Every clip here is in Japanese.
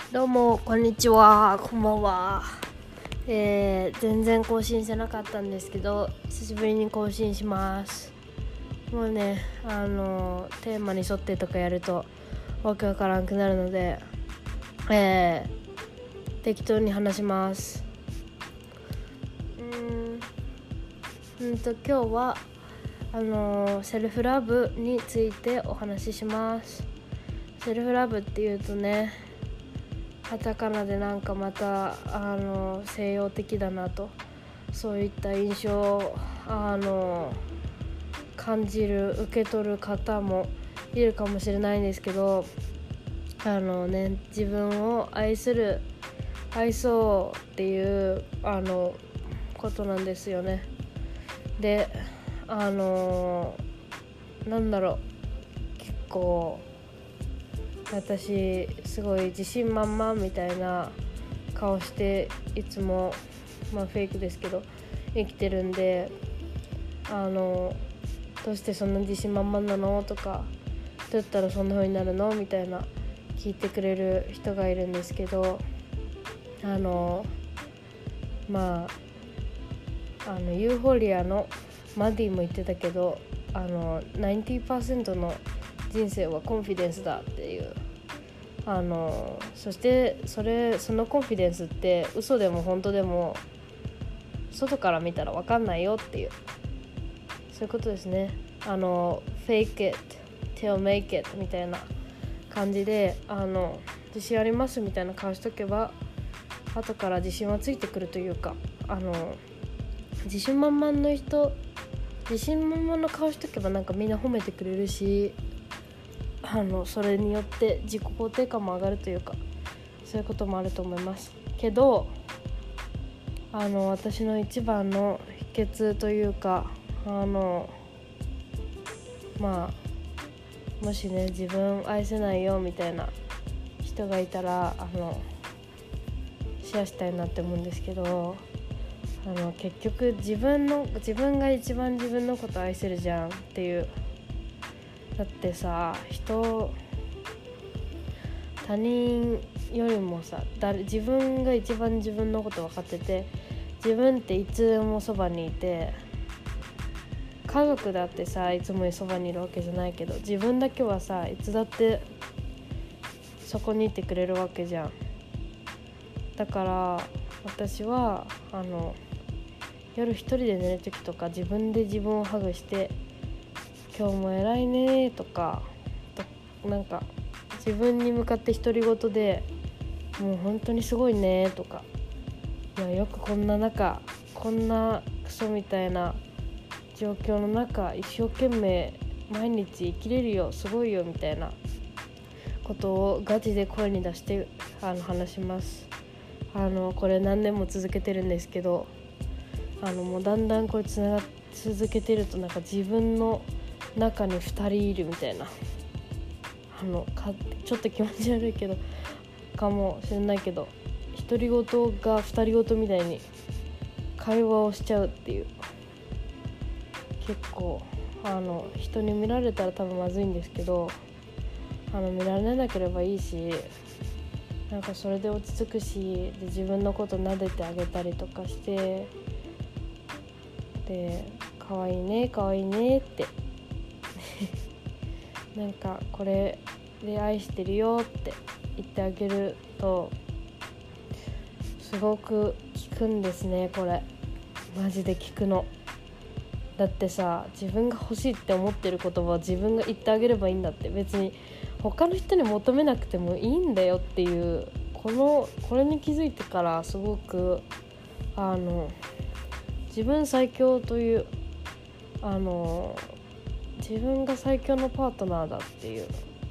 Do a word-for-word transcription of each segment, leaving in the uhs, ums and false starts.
どうもこんにちは、こんばんは。えー、全然更新してなかったんですけど、久しぶりに更新します。もうね、あのテーマに沿ってとかやるとわけわからんくなるので、えー、適当に話します。うーんうんと今日はあのセルフラブについてお話しします。セルフラブっていうとね、カタカナでなんかまたあの西洋的だなと、そういった印象をあの感じる受け取る方もいるかもしれないんですけど、あのね、自分を愛する愛そうっていうあのことなんですよね。で、あのなんだろう、結構私すごい自信満々みたいな顔していつも、まあフェイクですけど生きてるんで、あのどうしてそんな自信満々なのとか、どうやったらそんな風になるのみたいな聞いてくれる人がいるんですけど、あのまああのユーフォリアのマディも言ってたけど、あの きゅうじゅっパーセント の人生はコンフィデンスだっていう、あのそしてそれそのコンフィデンスって嘘でも本当でも外から見たら分かんないよっていう、そういうことですね。あの fake it till make it みたいな感じで、あの自信ありますみたいな顔しとけば後から自信はついてくるというか、あの自信満々の人自信満々の顔しとけばなんかみんな褒めてくれるし、あのそれによって自己肯定感も上がるというか、そういうこともあると思いますけど、あの私の一番の秘訣というか、あのまあもしね、自分愛せないよみたいな人がいたら、あのシェアしたいなって思うんですけど、あの結局自分の自分が一番自分のこと愛せるじゃんっていう。だってさ、人他人よりもさ、誰自分が一番自分のこと分かってて、自分っていつでもそばにいて、家族だってさいつもそばにいるわけじゃないけど、自分だけはさいつだってそこにいてくれるわけじゃん。だから私はあの夜一人で寝る時とか、自分で自分をハグして、今日も偉いねとか、なんか自分に向かって独り言で、もう本当にすごいねとか、いやよくこんな中こんなクソみたいな状況の中一生懸命毎日生きれるよ、すごいよみたいなことをガチで声に出してあの話します。あのこれ何年も続けてるんですけど、あのもうだんだんこれつなが続けてると、なんか自分の中にふたりいるみたいな、あのかちょっと気持ち悪いけどかもしれないけど、独り言が二人言みたいに会話をしちゃうっていう、結構あの人に見られたら多分まずいんですけど、あの見られなければいいし、なんかそれで落ち着くし、で自分のこと撫でてあげたりとかして、で可愛いね可愛いねってなんかこれで愛してるよって言ってあげるとすごく効くんですね。これマジで効くの。だってさ、自分が欲しいって思ってる言葉を自分が言ってあげればいいんだって、別に他の人に求めなくてもいいんだよっていう、このこれに気づいてからすごくあの自分最強という、あの自分が最強のパートナーだっていう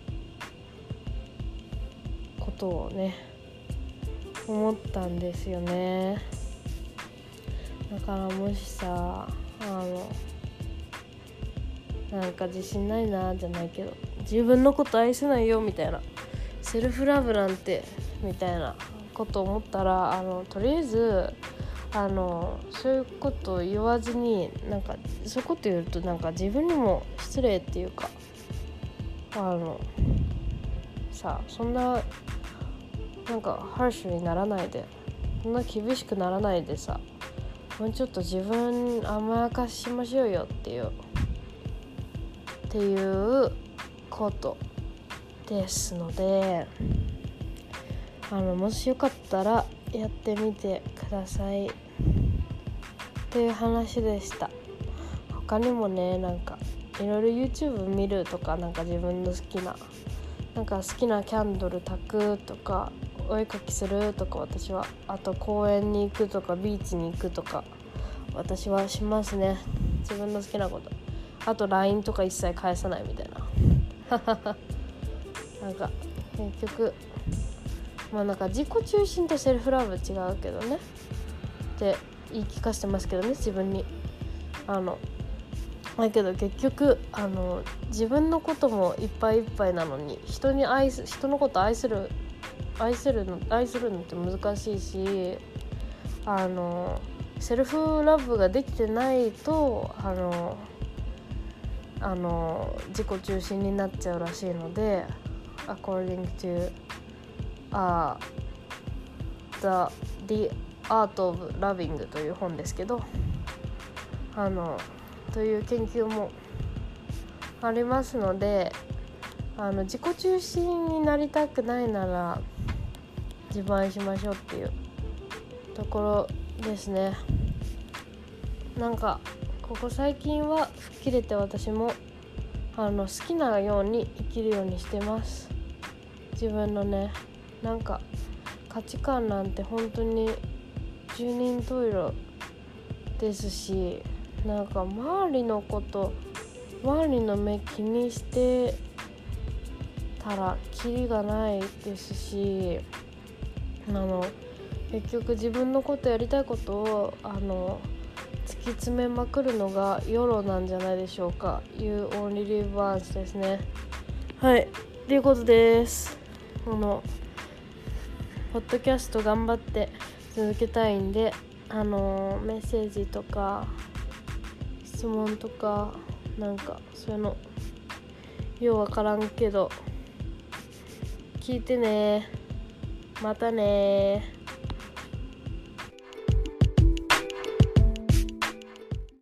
ことをね思ったんですよね。だからもしさ、あのなんか自信ないなじゃないけど、自分のこと愛せないよみたいな、セルフラブなんてみたいなこと思ったら、あのとりあえずあのそういうことを言わずに、なんかそういうこと言うとなんか自分にも失礼っていうか、あのさそんななんかハーシュにならないで、そんな厳しくならないでさ、もうちょっと自分甘やかしましょうよっていうっていうことですので、あのもしよかったらやってみてくださいっていう話でした。他にもね、なんかいろいろ YouTube 見るとか、なんか自分の好きななんか好きなキャンドル焚くとか、お絵描きするとか、私はあと公園に行くとかビーチに行くとか私はしますね。自分の好きなこと。あと ライン とか一切返さないみたいななんか結局まあなんか自己中心とセルフラブ違うけどねって言い聞かせてますけどね、自分に。あのだけど結局あの自分のこともいっぱいいっぱいなのに、人に愛す人のこと愛する愛するの愛するのって難しいし、あのセルフラブができてないとあのあの自己中心になっちゃうらしいので、 according to、uh, the, the Art of Loving という本ですけど、あのという研究もありますので、あの自己中心になりたくないなら自分愛しましょうっていうところですね。なんかここ最近は吹っ切れて私もあの好きなように生きるようにしてます。自分のね、なんか価値観なんて本当に十人十色ですし、なんか周りのこと周りの目気にしてたらキリがないですし、あの結局自分のことやりたいことをあの突き詰めまくるのがヨロなんじゃないでしょうか。 You only live once ですね。はい、ということです。あのポッドキャスト頑張って続けたいんで、あのメッセージとか質問とかなんかそういうのようわからんけど聞いてね。またね。